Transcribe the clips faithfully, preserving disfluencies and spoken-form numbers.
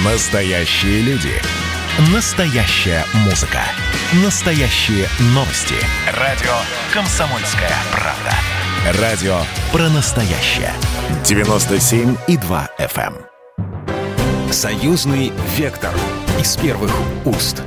Настоящие люди. Настоящая музыка. Настоящие новости. Радио «Комсомольская правда». Радио про настоящее. девяносто семь и два эф эм. Союзный вектор. Из первых уст.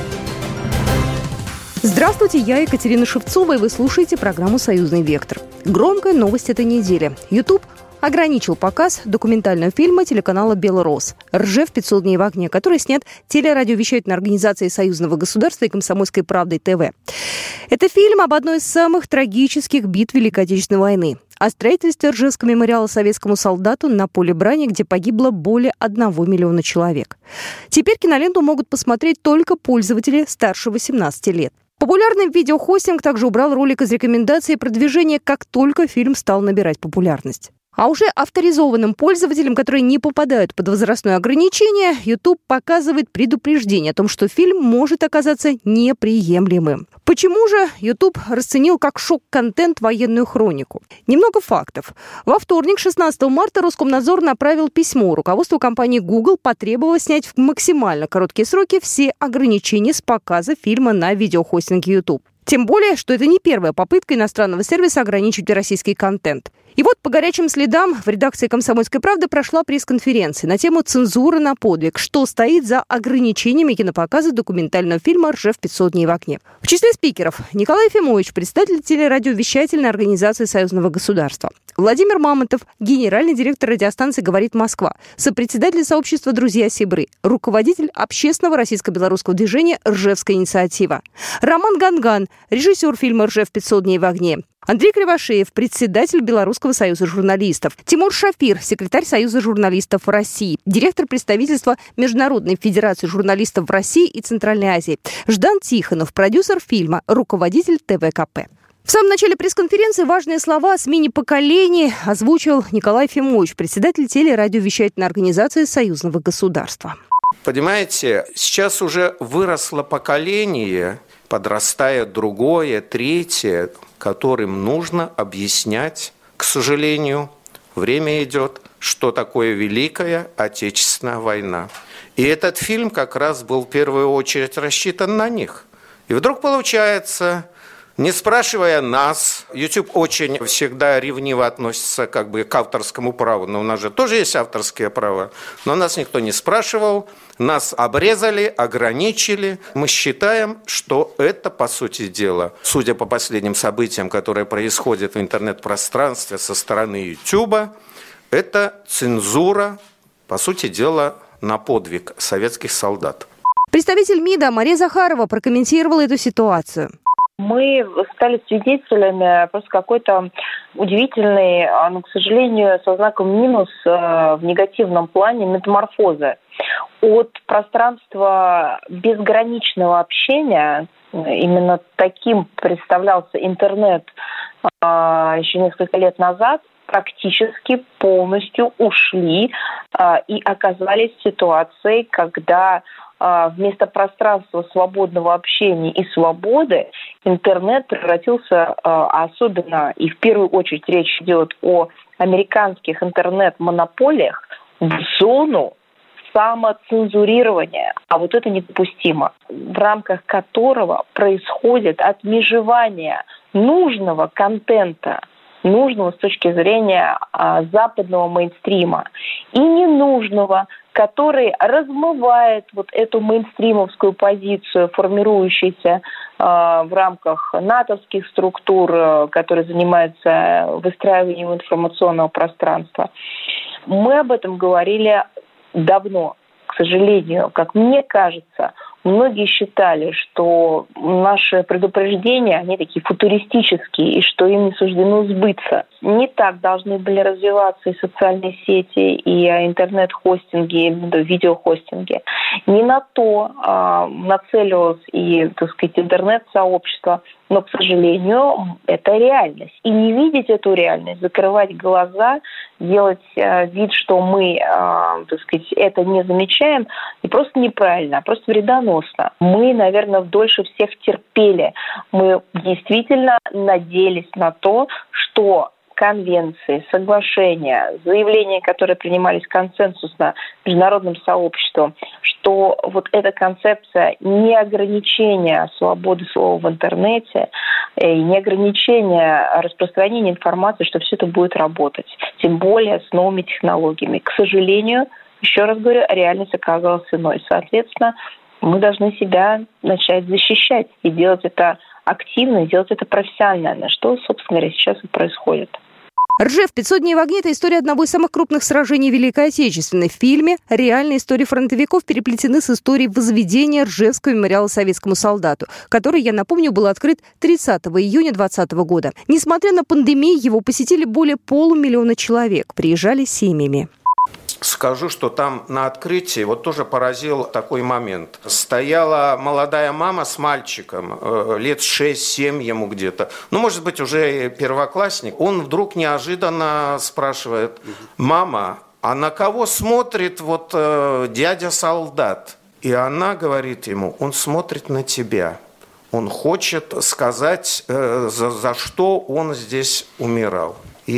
Здравствуйте, я Екатерина Шевцова, и вы слушаете программу «Союзный вектор». Громкая новость этой недели. YouTube ограничил показ документального фильма телеканала «Белрос» «Ржев. пятьсот дней в огне», который снят телерадиовещательной организацией Союзного государства и «Комсомольской правдой ТВ». Это фильм об одной из самых трагических битв Великой Отечественной войны. О строительстве Ржевского мемориала советскому солдату на поле брани, где погибло более одного миллиона человек. Теперь киноленту могут посмотреть только пользователи старше восемнадцати лет. Популярный видеохостинг также убрал ролик из рекомендаций продвижения, как только фильм стал набирать популярность. А уже авторизованным пользователям, которые не попадают под возрастное ограничение, YouTube показывает предупреждение о том, что фильм может оказаться неприемлемым. Почему же YouTube расценил как шок-контент военную хронику? Немного фактов. Во вторник, шестнадцатого марта, Роскомнадзор направил письмо руководству компании Google, потребовав снять в максимально короткие сроки все ограничения с показа фильма на видеохостинге YouTube. Тем более, что это не первая попытка иностранного сервиса ограничить российский контент. И вот по горячим следам в редакции «Комсомольской правды» прошла пресс-конференция на тему «Цензура на подвиг», что стоит за ограничениями кинопоказа документального фильма «Ржев. пятьсот дней в огне». В числе спикеров Николай Ефимович, председатель телерадиовещательной организации Союзного государства, Владимир Мамонтов, генеральный директор радиостанции «Говорит Москва», сопредседатель сообщества «Друзья Сибры», руководитель общественного российско-белорусского движения «Ржевская инициатива», Роман Ганган, режиссер фильма «Ржев. пятьсот дней в огне», Андрей Кривошеев, председатель Белорусского союза журналистов, Тимур Шафир, секретарь Союза журналистов России, директор представительства Международной федерации журналистов в России и Центральной Азии, Ждан Тихонов, продюсер фильма, руководитель ТВ-КП. В самом начале пресс-конференции важные слова о смене поколений озвучил Николай Ефимович, председатель телерадиовещательной организации Союзного государства. Понимаете, сейчас уже выросло поколение, подрастает другое, третье, которым нужно объяснять, к сожалению, время идет, что такое Великая Отечественная война. И этот фильм как раз был в первую очередь рассчитан на них. И вдруг получается, не спрашивая нас, YouTube очень всегда ревниво относится как бы к авторскому праву, но у нас же тоже есть авторские права, но нас никто не спрашивал, нас обрезали, ограничили. Мы считаем, что это, по сути дела, судя по последним событиям, которые происходят в интернет-пространстве со стороны YouTube, это цензура, по сути дела, на подвиг советских солдат. Представитель МИДа Мария Захарова прокомментировала эту ситуацию. Мы стали свидетелями просто какой-то удивительной, но, к сожалению, со знаком минус в негативном плане метаморфозы. От пространства безграничного общения, именно таким представлялся интернет еще несколько лет назад, практически полностью ушли и оказались в ситуации, когда вместо пространства свободного общения и свободы интернет превратился, особенно и в первую очередь речь идет о американских интернет-монополиях, в зону самоцензурирования. А вот это недопустимо, в рамках которого происходит отмежевание нужного контента, нужного с точки зрения а, западного мейнстрима, и ненужного, который размывает вот эту мейнстримовскую позицию, формирующуюся а, в рамках натовских структур, а, которые занимаются выстраиванием информационного пространства. Мы об этом говорили давно. К сожалению, как мне кажется, многие считали, что наши предупреждения, они такие футуристические, и что им не суждено сбыться. Не так должны были развиваться и социальные сети, и интернет-хостинги, и видеохостинги. Не на то а, нацеливалось и, так сказать, интернет-сообщество, но, к сожалению, это реальность. И не видеть эту реальность, закрывать глаза, делать а, вид, что мы, а, так сказать, это не замечаем, не просто неправильно, а просто вредоносно. Мы, наверное, дольше всех терпели. Мы действительно надеялись на то, что конвенции, соглашения, заявления, которые принимались консенсусно международным сообществом, что вот эта концепция не ограничения свободы слова в интернете, не ограничения распространения информации, что все это будет работать, тем более с новыми технологиями. К сожалению, еще раз говорю, реальность оказалась иной. Соответственно, мы должны себя начать защищать и делать это активно, и делать это профессионально, что, собственно говоря, сейчас и происходит. Ржев пятьсот дней в огне – это история одного из самых крупных сражений Великой Отечественной. В фильме реальные истории фронтовиков переплетены с историей возведения Ржевского мемориала советскому солдату, который, я напомню, был открыт тридцатого июня двадцатого года. Несмотря на пандемию, его посетили более полумиллиона человек, приезжали семьями. Скажу, что там на открытии вот тоже поразил такой момент. Стояла молодая мама с мальчиком, лет шесть-семь ему где-то, ну, может быть, уже первоклассник. Он вдруг неожиданно спрашивает: «Мама, а на кого смотрит вот э, дядя-солдат?» И она говорит ему: «Он смотрит на тебя. Он хочет сказать, э, за, за что он здесь умирал».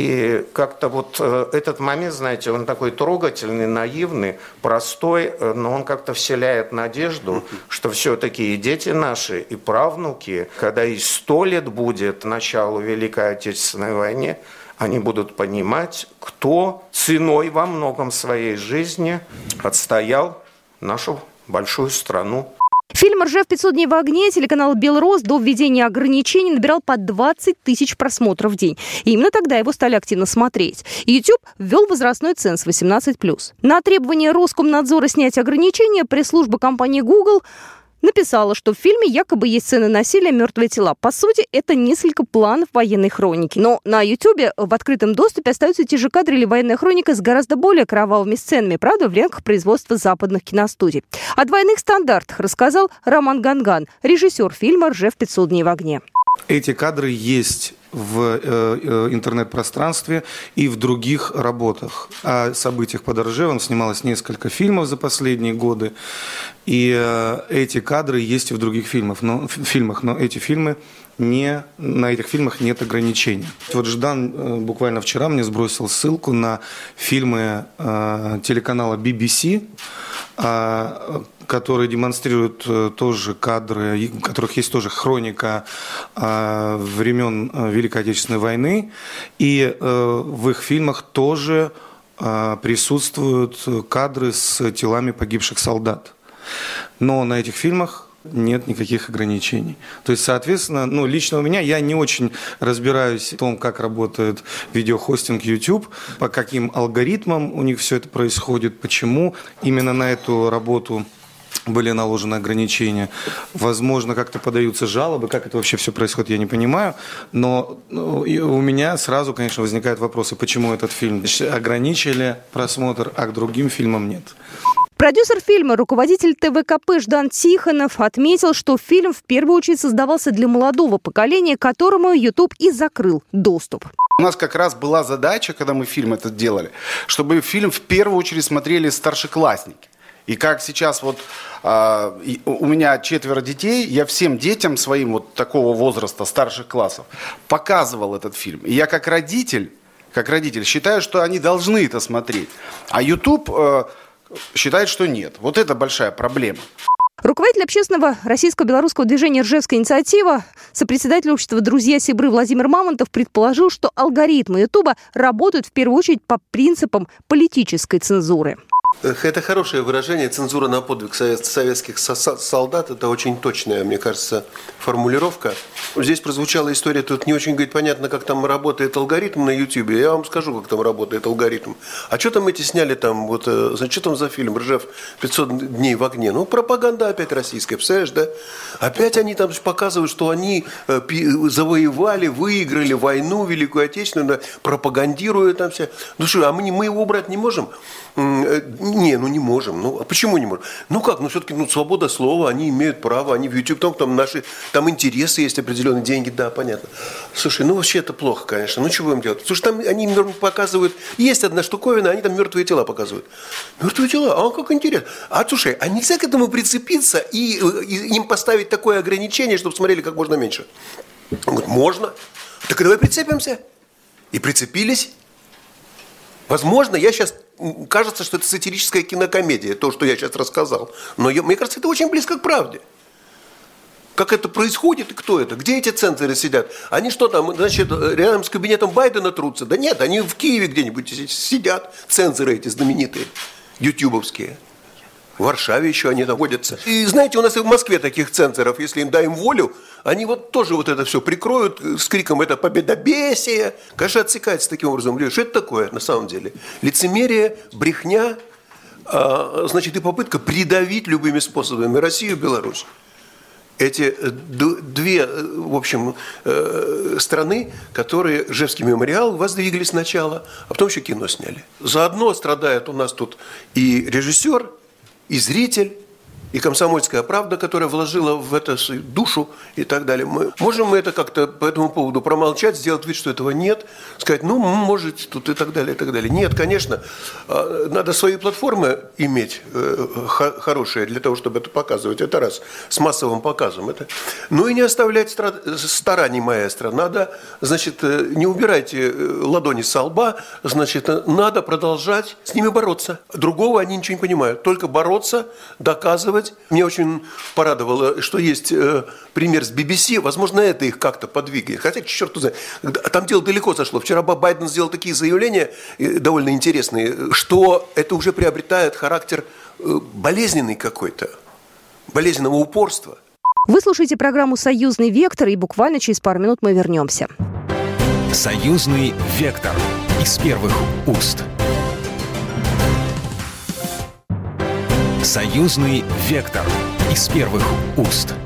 И как-то вот этот момент, знаете, он такой трогательный, наивный, простой, но он как-то вселяет надежду, что все-таки и дети наши, и правнуки, когда и сто лет будет началу Великой Отечественной войны, они будут понимать, кто ценой во многом своей жизни отстоял нашу большую страну. Фильм «Ржев пятьсот дней в огне» телеканал «Белрос» до введения ограничений набирал по двадцать тысяч просмотров в день. И именно тогда его стали активно смотреть. YouTube ввел возрастной ценз восемнадцать плюс. На требование Роскомнадзора снять ограничения пресс-служба компании Google написала, что в фильме якобы есть сцены насилия, мертвые тела. По сути, это несколько планов военной хроники. Но на Ютубе в открытом доступе остаются те же кадры или военная хроника с гораздо более кровавыми сценами, правда, в рамках производства западных киностудий. О двойных стандартах рассказал Роман Ганган, режиссер фильма «Ржев пятьсот дней в огне». Эти кадры есть в э, интернет-пространстве и в других работах. О событиях под Ржевом снималось несколько фильмов за последние годы, и э, эти кадры есть и в других фильмах, но, фильмах, но эти фильмы не, на этих фильмах нет ограничений. Вот Ждан э, буквально вчера мне сбросил ссылку на фильмы э, телеканала би би си, э, которые демонстрируют тоже кадры, в которых есть тоже хроника э, времен Великой Отечественной войны. И э, в их фильмах тоже э, присутствуют кадры с телами погибших солдат. Но на этих фильмах нет никаких ограничений. То есть, соответственно, ну, лично у меня, я не очень разбираюсь в том, как работает видеохостинг YouTube, по каким алгоритмам у них все это происходит, почему именно на эту работу были наложены ограничения. Возможно, как-то подаются жалобы, как это вообще все происходит, я не понимаю. Но ну, у меня сразу, конечно, возникают вопросы, почему этот фильм ограничили просмотр, а к другим фильмам нет. Продюсер фильма, руководитель тэ вэ ка пэ Ждан Тихонов отметил, что фильм в первую очередь создавался для молодого поколения, которому YouTube и закрыл доступ. У нас как раз была задача, когда мы фильм этот делали, чтобы фильм в первую очередь смотрели старшеклассники. И как сейчас вот э, у меня четверо детей, я всем детям своим вот такого возраста, старших классов, показывал этот фильм. И я как родитель, как родитель считаю, что они должны это смотреть. А YouTube э, считает, что нет. Вот это большая проблема. Руководитель общественного российско-белорусского движения «Ржевская инициатива», сопредседатель общества «Друзья Сибры» Владимир Мамонтов предположил, что алгоритмы Ютуба работают в первую очередь по принципам политической цензуры. Это хорошее выражение. Цензура на подвиг советских солдат. Это очень точная, мне кажется, формулировка. Здесь прозвучала история, тут не очень говорит, понятно, как там работает алгоритм на Ютьюбе. Я вам скажу, как там работает алгоритм. А что там эти сняли там, вот, значит, что там за фильм «Ржев пятьсот дней в огне»? Ну, пропаганда опять российская, представляешь, да? Опять они там показывают, что они завоевали, выиграли войну Великую Отечественную, пропагандируют там все. Ну что, а мы, мы его убрать не можем? Не, ну не можем. Ну, а почему не можем? Ну как, ну все-таки ну, свобода слова, они имеют право, они в YouTube, там, там наши, там интересы есть определенные, деньги, да, понятно. Слушай, ну вообще это плохо, конечно, ну что будем делать? Слушай, там они показывают, есть одна штуковина, они там мертвые тела показывают. Мертвые тела? А как интересно. А слушай, а нельзя к этому прицепиться и, и им поставить такое ограничение, чтобы смотрели как можно меньше? Он говорит, можно. Так давай прицепимся. И прицепились. Возможно, я сейчас... Кажется, что это сатирическая кинокомедия, то, что я сейчас рассказал. Но я, мне кажется, это очень близко к правде. Как это происходит и кто это? Где эти цензоры сидят? Они что там, значит, рядом с кабинетом Байдена трутся? Да нет, они в Киеве где-нибудь сидят, цензоры эти знаменитые, ютубовские. В Варшаве еще они находятся. И знаете, у нас и в Москве таких цензоров, если им даем волю, они вот тоже вот это все прикроют с криком «это победобесие». Конечно, отсекается таким образом. Что это такое на самом деле? Лицемерие, брехня, а, значит, и попытка придавить любыми способами Россию и Беларусь. Эти две, в общем, страны, которые Ржевский мемориал воздвигли сначала, а потом еще кино сняли. Заодно страдает у нас тут и режиссер, и зритель, и «Комсомольская правда», которая вложила в это душу и так далее. Мы, можем мы это как-то по этому поводу промолчать, сделать вид, что этого нет, сказать, ну, может, тут и так далее, и так далее. Нет, конечно, надо свои платформы иметь хорошие для того, чтобы это показывать. Это раз, с массовым показом. Это. Ну и не оставлять стараний, маэстро. Надо, значит, не убирайте ладони со лба, значит, надо продолжать с ними бороться. Другого они ничего не понимают. Только бороться, доказывать. Мне очень порадовало, что есть э, пример с би би си. Возможно, это их как-то подвигает. Хотя, черт знает, там дело далеко зашло. Вчера Байден сделал такие заявления, э, довольно интересные, что это уже приобретает характер э, болезненный какой-то, болезненного упорства. Вы слушаете программу «Союзный вектор», и буквально через пару минут мы вернемся. «Союзный вектор» из первых уст. «Союзный вектор» из первых уст.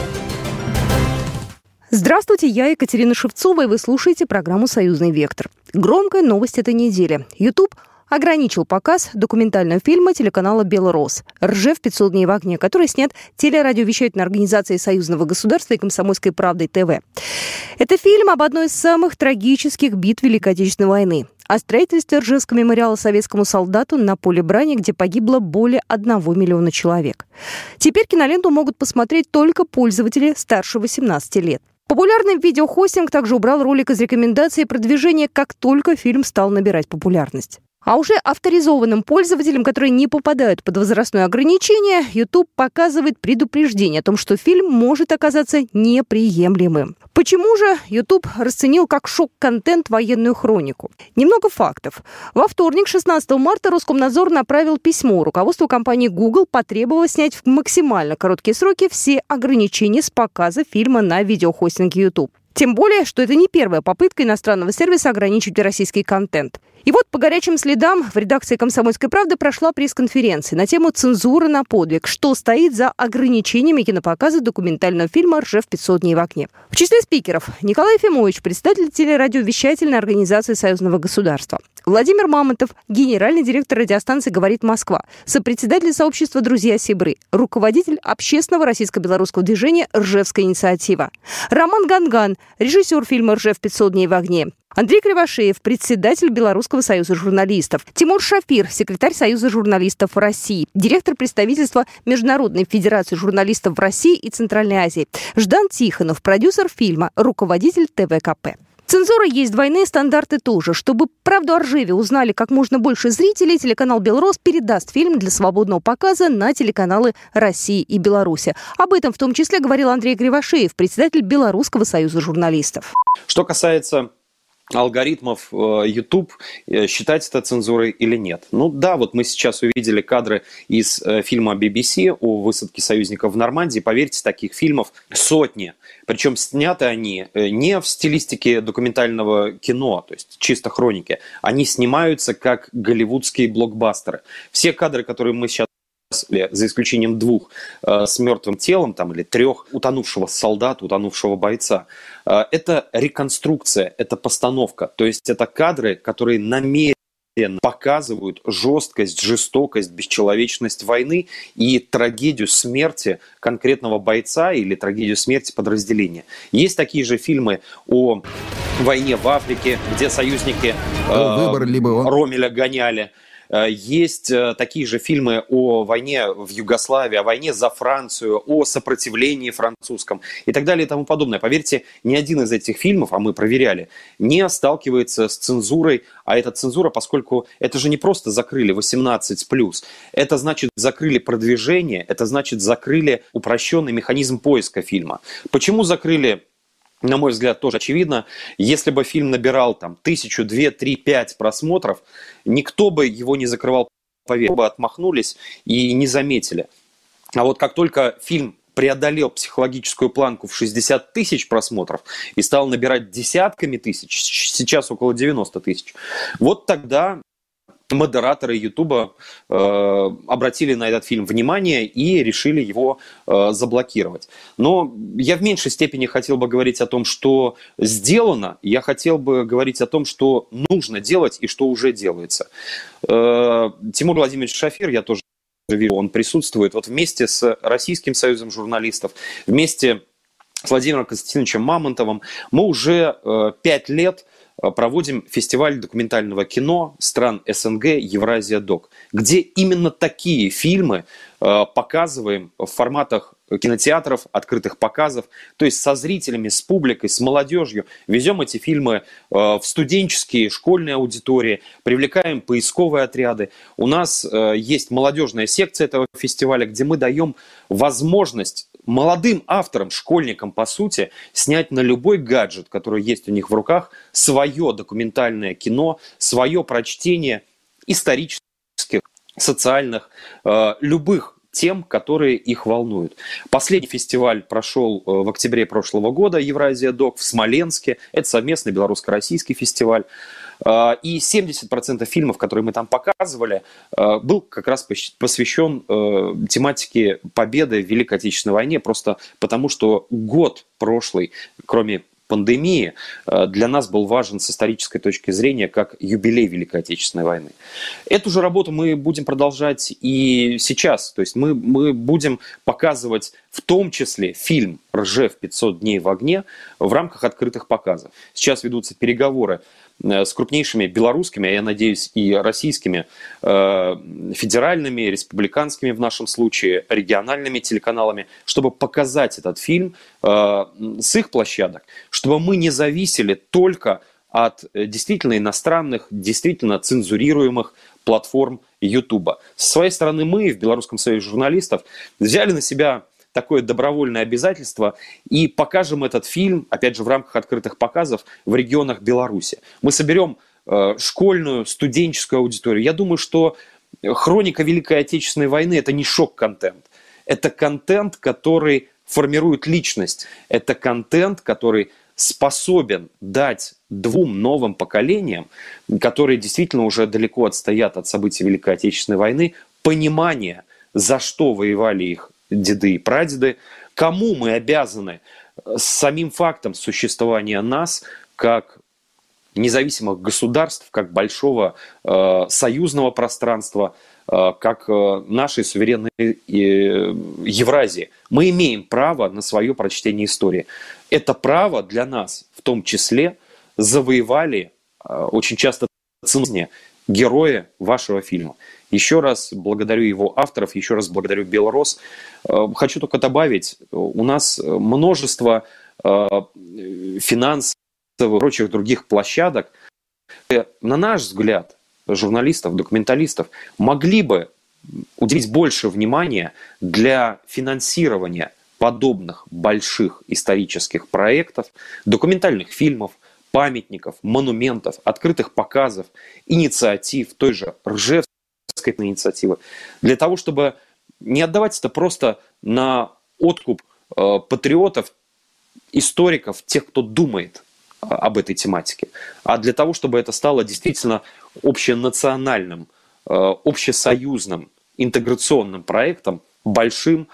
Здравствуйте, я Екатерина Шевцова, и вы слушаете программу «Союзный вектор». Громкая новость этой недели. YouTube ограничил показ документального фильма телеканала «Белрос» «Ржев. пятьсот дней в огне», который снят телерадиовещательной организацией Союзного государства и «Комсомольской правдой ТВ». Это фильм об одной из самых трагических битв Великой Отечественной войны. О строительстве Ржевского мемориала советскому солдату на поле брани, где погибло более одного миллиона человек. Теперь киноленту могут посмотреть только пользователи старше восемнадцати лет. Популярный видеохостинг также убрал ролик из рекомендаций продвижения, как только фильм стал набирать популярность. А уже авторизованным пользователям, которые не попадают под возрастное ограничение, YouTube показывает предупреждение о том, что фильм может оказаться неприемлемым. Почему же YouTube расценил как шок-контент военную хронику? Немного фактов. Во вторник, шестнадцатого марта, Роскомнадзор направил письмо руководству компании Google, потребовало снять в максимально короткие сроки все ограничения с показа фильма на видеохостинге YouTube. Тем более, что это не первая попытка иностранного сервиса ограничить российский контент. И вот по горячим следам в редакции «Комсомольской правды» прошла пресс-конференция на тему «Цензура на подвиг», что стоит за ограничениями кинопоказа документального фильма «Ржев. пятьсот дней в огне». В числе спикеров Николай Ефимович, председатель телерадиовещательной организации Союзного государства, Владимир Мамонтов, генеральный директор радиостанции «Говорит Москва», сопредседатель сообщества «Друзья Сибры», руководитель общественного российско-белорусского движения «Ржевская инициатива», Роман Ганган, режиссер фильма «Ржев. пятьсот дней в огне», Андрей Кривошеев, председатель Белорусского союза журналистов, Тимур Шафир, секретарь Союза журналистов России, директор представительства Международной федерации журналистов в России и Центральной Азии, Ждан Тихонов, продюсер фильма, руководитель тэ вэ ка пэ. Цензура есть, двойные стандарты тоже. Чтобы правду о Ржеве узнали как можно больше зрителей, телеканал «Белрос» передаст фильм для свободного показа на телеканалы России и Беларуси. Об этом в том числе говорил Андрей Кривошеев, председатель Белорусского союза журналистов. Что касается алгоритмов YouTube, считать это цензурой или нет. Ну да, вот мы сейчас увидели кадры из фильма би би си о высадке союзников в Нормандии. Поверьте, таких фильмов сотни. Причем сняты они не в стилистике документального кино, то есть чисто хроники. Они снимаются как голливудские блокбастеры. Все кадры, которые мы сейчас, за исключением двух, э, с мертвым телом там, или трех, утонувшего солдата, утонувшего бойца, э, это реконструкция, это постановка. То есть это кадры, которые намеренно показывают жесткость, жестокость, бесчеловечность войны и трагедию смерти конкретного бойца или трагедию смерти подразделения. Есть такие же фильмы о войне в Африке, где союзники э, Выбор, либо он. Роммеля гоняли. есть такие же фильмы о войне в Югославии, о войне за Францию, о сопротивлении французском и так далее и тому подобное. Поверьте, ни один из этих фильмов, а мы проверяли, не сталкивается с цензурой, а эта цензура, поскольку это же не просто закрыли восемнадцать плюс, это значит закрыли продвижение, это значит закрыли упрощенный механизм поиска фильма. Почему закрыли? На мой взгляд, тоже очевидно. Если бы фильм набирал там тысячу, две, три, пять просмотров, никто бы его не закрывал, поверь, бы отмахнулись и не заметили. А вот как только фильм преодолел психологическую планку в шестьдесят тысяч просмотров и стал набирать десятками тысяч, сейчас около девяносто тысяч, вот тогда модераторы Ютуба э, обратили на этот фильм внимание и решили его э, заблокировать. Но я в меньшей степени хотел бы говорить о том, что сделано, я хотел бы говорить о том, что нужно делать и что уже делается. Э, Тимур Владимирович Шафир, я тоже вижу, он присутствует вот вместе с Российским союзом журналистов, вместе с Владимиром Константиновичем Мамонтовым мы уже э, пять лет проводим фестиваль документального кино стран СНГ «Евразия Док», где именно такие фильмы э, показываем в форматах кинотеатров, открытых показов, то есть со зрителями, с публикой, с молодежью. Везем эти фильмы э, в студенческие, школьные аудитории, привлекаем поисковые отряды. У нас э, есть молодежная секция этого фестиваля, где мы даем возможность молодым авторам, школьникам, по сути, снять на любой гаджет, который есть у них в руках, свое документальное кино, свое прочтение исторических, социальных, э, любых тем, которые их волнуют. Последний фестиваль прошел в октябре прошлого года, Евразия Док, в Смоленске. Это совместный белорусско-российский фестиваль. И семьдесят процентов фильмов, которые мы там показывали, был как раз посвящен тематике победы в Великой Отечественной войне, просто потому что год прошлый, кроме пандемии, для нас был важен с исторической точки зрения как юбилей Великой Отечественной войны. Эту же работу мы будем продолжать и сейчас. То есть мы, мы будем показывать в том числе фильм «Ржев. пятьсот дней в огне» в рамках открытых показов. Сейчас ведутся переговоры с крупнейшими белорусскими, а я надеюсь и российскими, э, федеральными, республиканскими в нашем случае, региональными телеканалами, чтобы показать этот фильм э, с их площадок, чтобы мы не зависели только от действительно иностранных, действительно цензурируемых платформ Ютуба. Со своей стороны мы в Белорусском союзе журналистов взяли на себя такое добровольное обязательство и покажем этот фильм, опять же, в рамках открытых показов в регионах Беларуси. Мы соберем э, школьную, студенческую аудиторию. Я думаю, что хроника Великой Отечественной войны – это не шок-контент. Это контент, который формирует личность. Это контент, который способен дать двум новым поколениям, которые действительно уже далеко отстоят от событий Великой Отечественной войны, понимание, за что воевали их деды и прадеды, кому мы обязаны самим фактом существования нас, как независимых государств, как большого э, союзного пространства, э, как э, нашей суверенной э, Евразии. Мы имеем право на свое прочтение истории. Это право для нас, в том числе, завоевали э, очень часто ценные герои вашего фильма. Еще раз благодарю его авторов, еще раз благодарю Белрос. Хочу только добавить, у нас множество финансовых и прочих других площадок, на наш взгляд, журналистов, документалистов, могли бы уделить больше внимания для финансирования подобных больших исторических проектов, документальных фильмов, памятников, монументов, открытых показов, инициатив, той же Ржевской инициативы, для того, чтобы не отдавать это просто на откуп э, патриотов, историков, тех, кто думает э, об этой тематике, а для того, чтобы это стало действительно общенациональным, э, общесоюзным, интеграционным проектом, большим,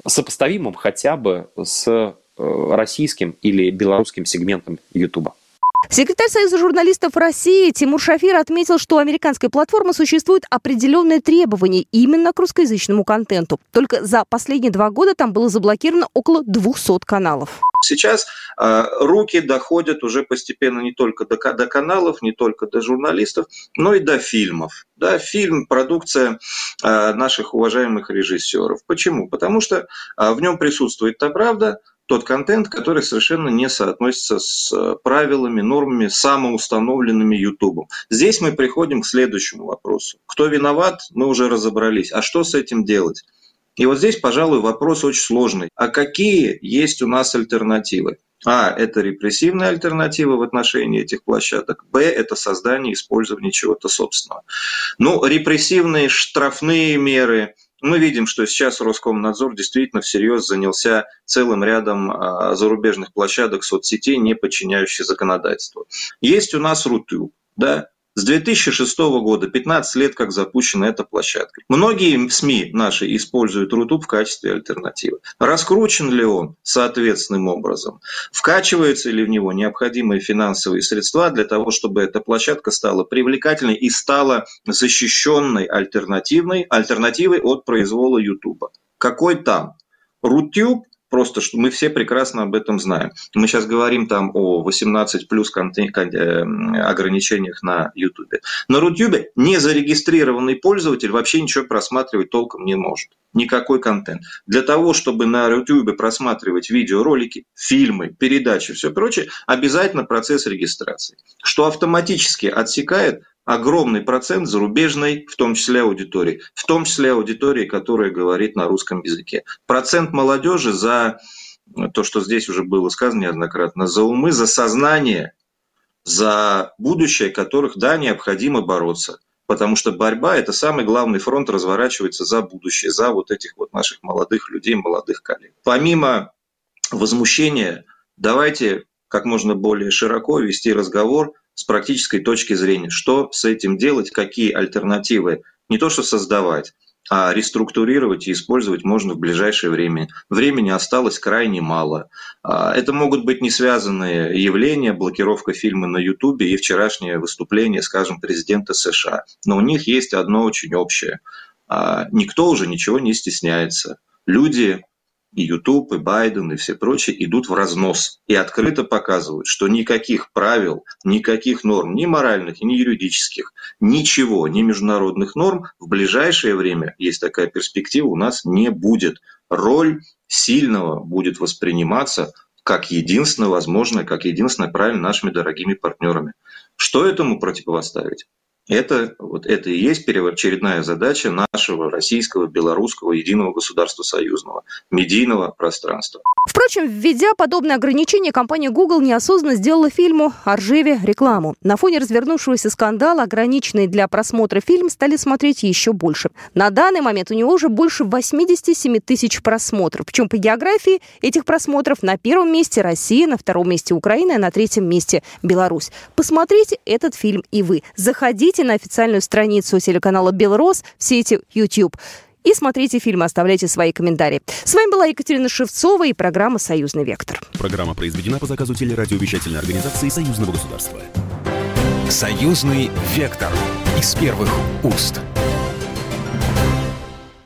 сопоставимым хотя бы с э, российским или белорусским сегментом Ютуба. Секретарь Союза журналистов России Тимур Шафир отметил, что у американской платформы существуют определенные требования именно к русскоязычному контенту. Только за последние два года там было заблокировано около двухсот каналов. Сейчас э, руки доходят уже постепенно не только до, до каналов, не только до журналистов, но и до фильмов. Да, фильм – продукция э, наших уважаемых режиссеров. Почему? Потому что э, в нем присутствует та правда, тот контент, который совершенно не соотносится с правилами, нормами, самоустановленными Ютубом. Здесь мы приходим к следующему вопросу. Кто виноват, мы уже разобрались. А что с этим делать? И вот здесь, пожалуй, вопрос очень сложный. А какие есть у нас альтернативы? А, это репрессивная альтернатива в отношении этих площадок. Б, это создание и использование чего-то собственного. Ну, репрессивные штрафные меры. Мы видим, что сейчас Роскомнадзор действительно всерьез занялся целым рядом зарубежных площадок соцсетей, не подчиняющих законодательству. Есть у нас Рутюб, да? С две тысячи шестого года, пятнадцать лет, как запущена эта площадка. Многие СМИ наши используют Рутюб в качестве альтернативы. Раскручен ли он соответственным образом? Вкачиваются ли в него необходимые финансовые средства для того, чтобы эта площадка стала привлекательной и стала защищенной альтернативной, альтернативой от произвола Ютуба? Какой там? Рутюб? Просто что мы все прекрасно об этом знаем. Мы сейчас говорим там о восемнадцать плюс ограничениях на Ютубе. На Рутюбе незарегистрированный пользователь вообще ничего просматривать толком не может. Никакой контент. Для того, чтобы на Рутюбе просматривать видеоролики, фильмы, передачи, все прочее, обязательно процесс регистрации. Что автоматически отсекает огромный процент зарубежной, в том числе аудитории, в том числе аудитории, которая говорит на русском языке. Процент молодежи за то, что здесь уже было сказано неоднократно, за умы, за сознание, за будущее, которых, да, необходимо бороться. Потому что борьба – это самый главный фронт, разворачивается за будущее, за вот этих вот наших молодых людей, молодых коллег. Помимо возмущения, давайте как можно более широко вести разговор с практической точки зрения, что с этим делать, какие альтернативы не то что создавать, а реструктурировать и использовать можно в ближайшее время. Времени осталось крайне мало. Это могут быть не связанные явления, блокировка фильма на Ютубе и вчерашнее выступление, скажем, президента США. Но у них есть одно очень общее. Никто уже ничего не стесняется. Люди, и Ютуб, и Байден, и все прочие идут в разнос и открыто показывают, что никаких правил, никаких норм, ни моральных, ни юридических, ничего, ни международных норм в ближайшее время, есть такая перспектива, у нас не будет. Роль сильного будет восприниматься как единственное возможное, как единственное правильно нашими дорогими партнерами. Что этому противопоставить? Это, вот, это и есть первоочередная задача нашего российского, белорусского, единого государства союзного, медийного пространства. Впрочем, введя подобные ограничения, компания Google неосознанно сделала фильму о Ржеве рекламу. На фоне развернувшегося скандала ограниченные для просмотра фильм стали смотреть еще больше. На данный момент у него уже больше восемьдесят семь тысяч просмотров. Причем по географии этих просмотров на первом месте Россия, на втором месте Украина, а на третьем месте Беларусь. Посмотрите этот фильм и вы. Заходите на официальную страницу телеканала «Белрос» в сети YouTube. И смотрите фильмы, оставляйте свои комментарии. С вами была Екатерина Шевцова и программа «Союзный вектор». Программа произведена по заказу телерадиовещательной организации Союзного государства. «Союзный вектор» из первых уст.